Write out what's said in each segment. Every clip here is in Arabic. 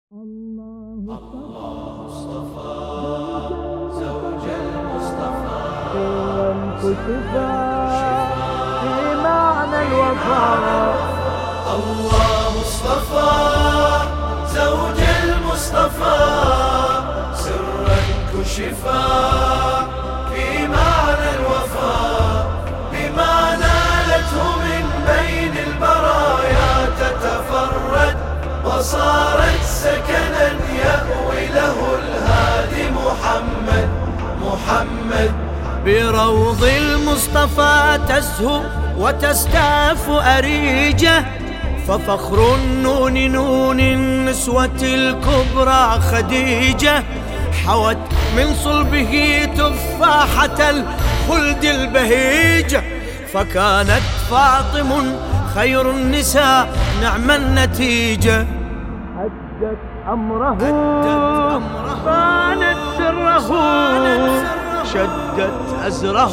الله اصطفى زوج المصطفى كشفا في معنى الوفاء. الله اصطفى زوج المصطفى سرا كشفا في معنى الوفاء، بما نالته من بين البرايا تتفرد وصارت سكنا يأوي له الهادي محمد. بروض المصطفى تزهو وتستاف أريجه، ففخر النون نون النسوة الكبرى خديجة، حوت من صلبه تفاحة الخلد البهيجة، فكانت فاطم خير النساء نعم النتيجة. هدت أمره بانت سره، شدت أزره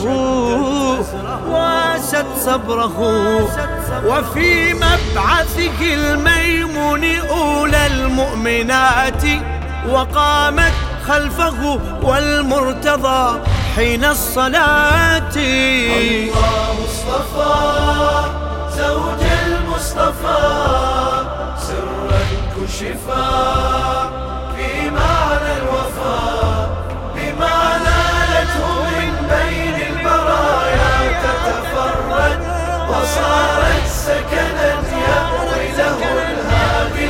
واست صبره، وفي مبعثه الميمون أولى المؤمنات، وقامت خلفه والمرتضى حين الصلاة. الله اصطفى زوج المصطفى سرا كشفا في معنى الوفاء، بما نالته من بين البرايا تتفرد وصارت سكنا يأوي له الهادي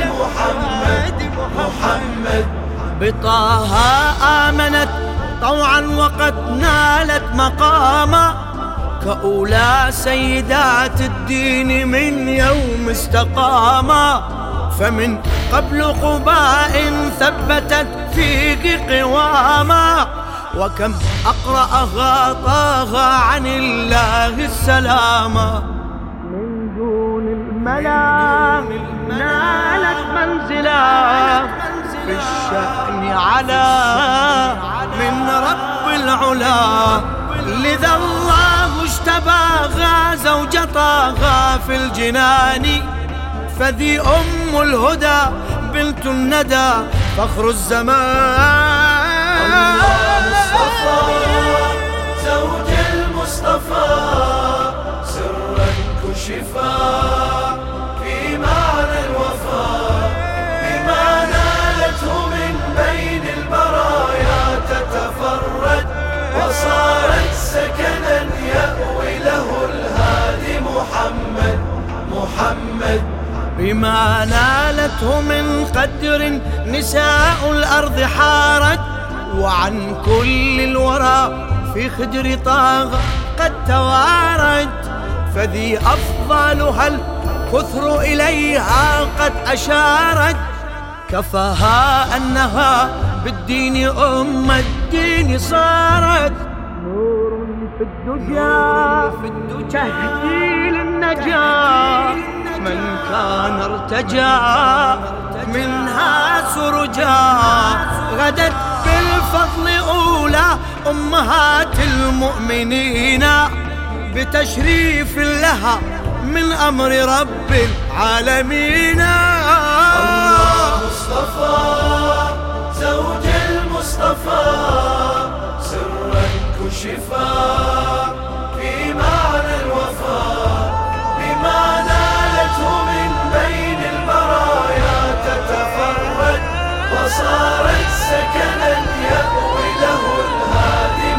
محمد. بطه آمنت طوعا وقد نالت مقاما، كأولى سيدات الدين من يوم استقاما، فمن قبل قباء ثبتت فيك قواما، وكم أقرأها طه عن الله السلاما. من دون الملا نالت منزلا في الشأن على من رب العلا، لذا الله اشتباها زوج طه في الجنان، فذي أم الهدى بنت الندى فخر الزمان. الله اصطفى زوج المصطفى سرا كشفا في معنى الوفاء، بما نالته من بين البرايا تتفرد وصارت سكنا يأوي له الهادي محمد. بما نالته من قدر نساء الأرض حارت، وعن كل الورى في خدر طه قد توارد، فذي أفضلها الكثر إليها قد أشارت، كفاها أنها بالدين أم الدين صارت. نور في الدجى تهدي للنجاة، من كان ارتجى منها سرجا، غدت بالفضل أولى أمهات المؤمنين، بتشريف لها من أمر رب العالمين. الله اصطفى زوج المصطفى سرا كشفا في معنى الوفاء، بما نالته من بين البرايا تتفرد وصارت سكنا يأوي له الهادي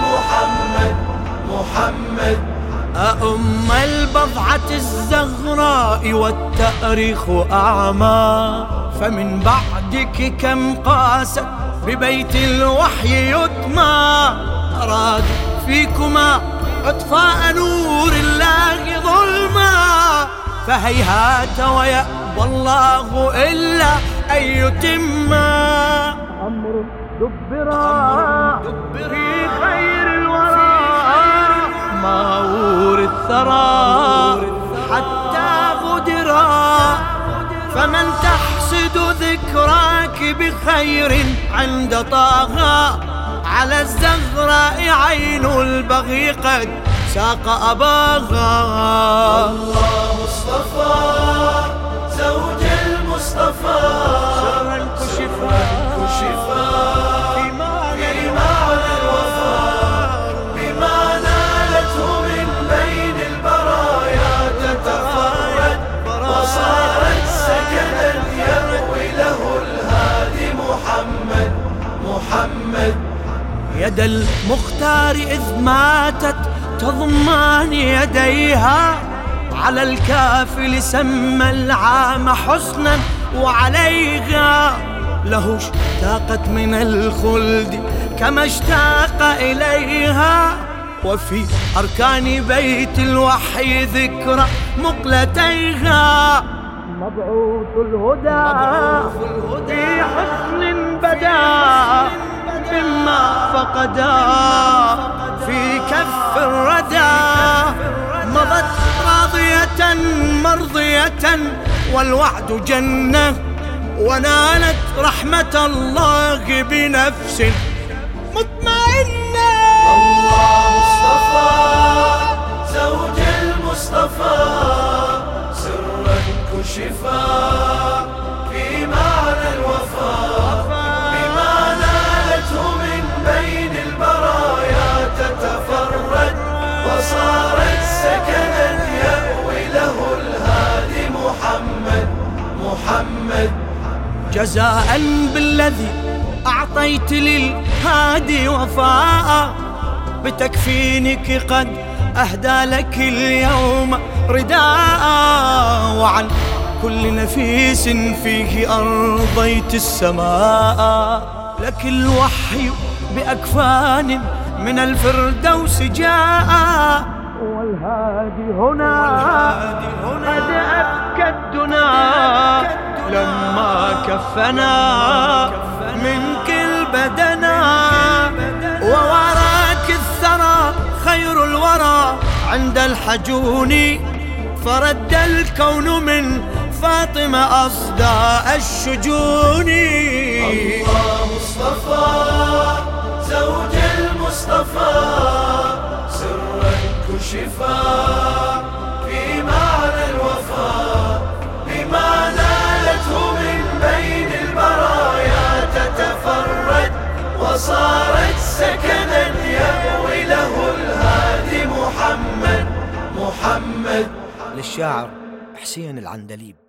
محمد. أم البضعة الزغراء والتأريخ أعمى، فمن بعدك كم قاست ببيت الوحي يتمى، أراد فيكما إطفاء نور الله ظلما، فهيهات ويأبى الله إلا أن يتما. أمر دبرا في خير الورى، ما ورث الثرى حتى غدرا، فمن تحسد ذكراك بخير عند طه، على الزغراء عين البغي قد ساق أباها. الله اصطفى زوج المصطفى سرا كشفا محمد. يد المختار إذ ماتت تضمان يديها، على الكافل سمى العام حسنا وعليها. له اشتاقت من الخلد كما اشتاق إليها، وفي أركان بيت الوحي ذكرى مقلتيها. مبعوث الهدى في حسن بدا مما فقدا في كف الردى. مضت راضية مرضية والوعد جنة، ونالت رحمة الله بنفس مطمئنة. الله اصطفى زوج المصطفى، سرا كشفا في معنى الوفاء، بما نالته من بين البرايا تتفرد، وصارت سكنا يأوي له الهادي محمد. محمد جزاء بالذي أعطيت للهادي وفاء، بتكفينك قد أهدى لك اليوم رداء، وعن كل نفيس فيه أرضيت السماء. لك الوحي بأكفان من الفردوس جاء، والهادي هنا قد أبكى الدنا لما كفنا منك البدنا. ووراك الثرى خير الورى عند الحجون، فرد الكون من فاطمة أصداء الشجون. الله اصطفى زوج المصطفى، سرا كشفا في معنى الوفاء، بما نالته من بين البرايا تتفرد، وصارت سكنا يأوي له الهادي محمد. محمد للشاعر حسين العندليب.